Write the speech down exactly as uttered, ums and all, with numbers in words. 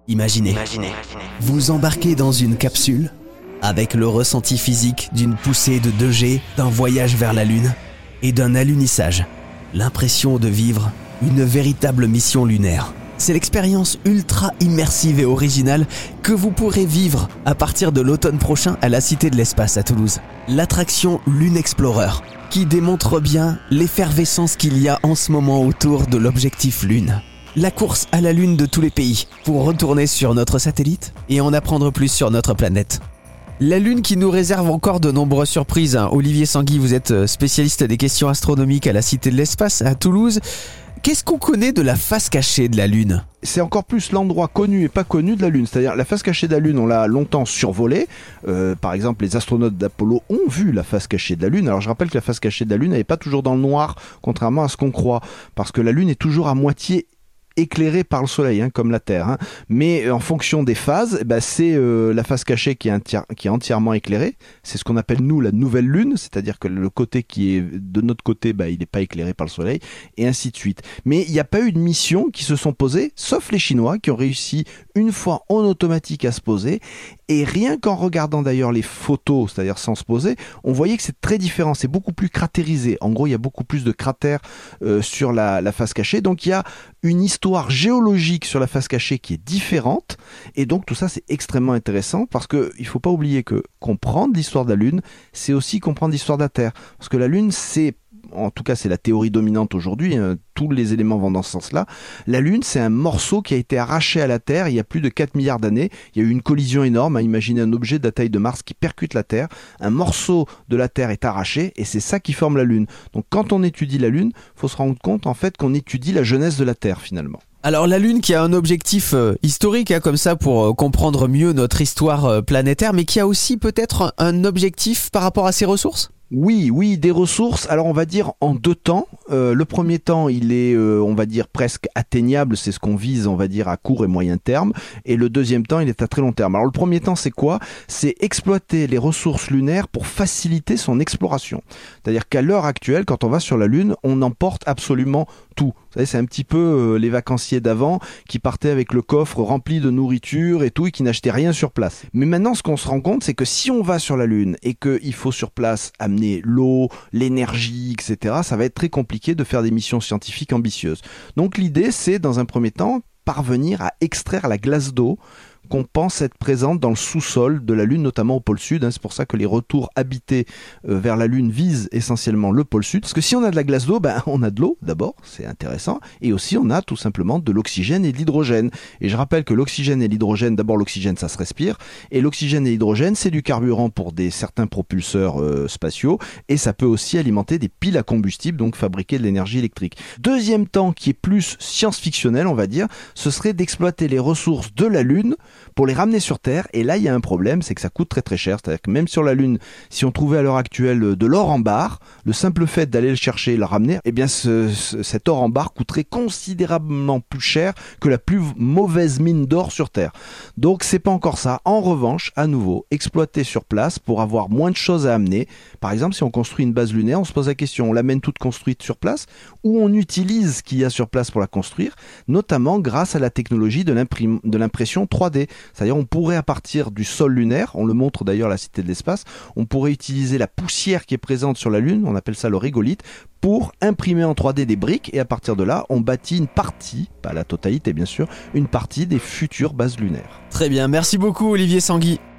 Imaginez, Imaginez, vous embarquez dans une capsule avec le ressenti physique d'une poussée de deux G, d'un voyage vers la Lune et d'un alunissage. L'impression de vivre une véritable mission lunaire. C'est l'expérience ultra immersive et originale que vous pourrez vivre à partir de l'automne prochain à la Cité de l'Espace à Toulouse. L'attraction Lune Explorer, qui démontre bien l'effervescence qu'il y a en ce moment autour de l'objectif Lune. La course à la Lune de tous les pays pour retourner sur notre satellite et en apprendre plus sur notre planète. La Lune qui nous réserve encore de nombreuses surprises. Olivier Sanguy, vous êtes spécialiste des questions astronomiques à la Cité de l'Espace à Toulouse. Qu'est-ce qu'on connaît de la face cachée de la Lune ? C'est encore plus l'endroit connu et pas connu de la Lune. C'est-à-dire la face cachée de la Lune, on l'a longtemps survolée. Euh, par exemple, les astronautes d'Apollo ont vu la face cachée de la Lune. Alors je rappelle que la face cachée de la Lune, elle n'est pas toujours dans le noir, contrairement à ce qu'on croit. Parce que la Lune est toujours à moitié éclairé par le soleil, hein, comme la Terre. Hein. Mais en fonction des phases, bah, c'est euh, la face cachée qui est, entière, qui est entièrement éclairée. C'est ce qu'on appelle, nous, la nouvelle Lune, c'est-à-dire que le côté qui est de notre côté, bah, il n'est pas éclairé par le soleil, et ainsi de suite. Mais il n'y a pas eu de mission qui se sont posées, sauf les Chinois, qui ont réussi une fois en automatique à se poser. Et rien qu'en regardant d'ailleurs les photos, c'est-à-dire sans se poser, on voyait que c'est très différent, c'est beaucoup plus cratérisé. En gros, il y a beaucoup plus de cratères euh, sur la, la face cachée. Donc il y a une histoire géologique sur la face cachée qui est différente. Et donc tout ça, c'est extrêmement intéressant parce qu'il ne faut pas oublier que comprendre l'histoire de la Lune, c'est aussi comprendre l'histoire de la Terre. Parce que la Lune, c'est... en tout cas c'est la théorie dominante aujourd'hui, hein, tous les éléments vont dans ce sens-là. La Lune, c'est un morceau qui a été arraché à la Terre il y a plus de quatre milliards d'années. Il y a eu une collision énorme, hein, imaginez un objet de la taille de Mars qui percute la Terre. Un morceau de la Terre est arraché et c'est ça qui forme la Lune. Donc quand on étudie la Lune, il faut se rendre compte en fait qu'on étudie la jeunesse de la Terre finalement. Alors la Lune qui a un objectif euh, historique hein, comme ça pour euh, comprendre mieux notre histoire euh, planétaire, mais qui a aussi peut-être un, un objectif par rapport à ses ressources ? Oui, oui, des ressources. Alors on va dire en deux temps. Euh, le premier temps, il est, euh, on va dire presque atteignable. C'est ce qu'on vise, on va dire à court et moyen terme. Et le deuxième temps, il est à très long terme. Alors le premier temps, c'est quoi ? C'est exploiter les ressources lunaires pour faciliter son exploration. C'est-à-dire qu'à l'heure actuelle, quand on va sur la Lune, on emporte absolument tout. Vous savez, c'est un petit peu euh, les vacanciers d'avant qui partaient avec le coffre rempli de nourriture et tout et qui n'achetaient rien sur place. Mais maintenant, ce qu'on se rend compte, c'est que si on va sur la Lune et qu'il faut sur place amener l'eau, l'énergie, et cetera, ça va être très compliqué de faire des missions scientifiques ambitieuses. Donc l'idée, c'est dans un premier temps, parvenir à extraire la glace d'eau qu'on pense être présente dans le sous-sol de la Lune, notamment au pôle Sud. Hein. C'est pour ça que les retours habités euh, vers la Lune visent essentiellement le pôle Sud. Parce que si on a de la glace d'eau, ben, on a de l'eau d'abord, c'est intéressant. Et aussi on a tout simplement de l'oxygène et de l'hydrogène. Et je rappelle que l'oxygène et l'hydrogène, d'abord l'oxygène ça se respire. Et l'oxygène et l'hydrogène c'est du carburant pour des, certains propulseurs euh, spatiaux. Et ça peut aussi alimenter des piles à combustible, donc fabriquer de l'énergie électrique. Deuxième temps qui est plus science-fictionnel, on va dire, ce serait d'exploiter les ressources de la Lune pour les ramener sur Terre. Et là il y a un problème, c'est que ça coûte très très cher. C'est-à-dire que même sur la Lune, si on trouvait à l'heure actuelle de l'or en barre, le simple fait d'aller le chercher et le ramener, eh bien ce, ce, cet or en barre coûterait considérablement plus cher que la plus mauvaise mine d'or sur Terre. Donc c'est pas encore ça. En revanche, à nouveau, exploiter sur place pour avoir moins de choses à amener. Par exemple, si on construit une base lunaire, on se pose la question, on l'amène toute construite sur place ou on utilise ce qu'il y a sur place pour la construire, notamment grâce à la technologie de, l'imprim- de l'impression trois D. C'est-à-dire on pourrait à partir du sol lunaire, on le montre d'ailleurs à la Cité de l'Espace, on pourrait utiliser la poussière qui est présente sur la Lune, on appelle ça le régolithe, pour imprimer en trois D des briques et à partir de là, on bâtit une partie, pas la totalité bien sûr, une partie des futures bases lunaires. Très bien, merci beaucoup Olivier Sanguy.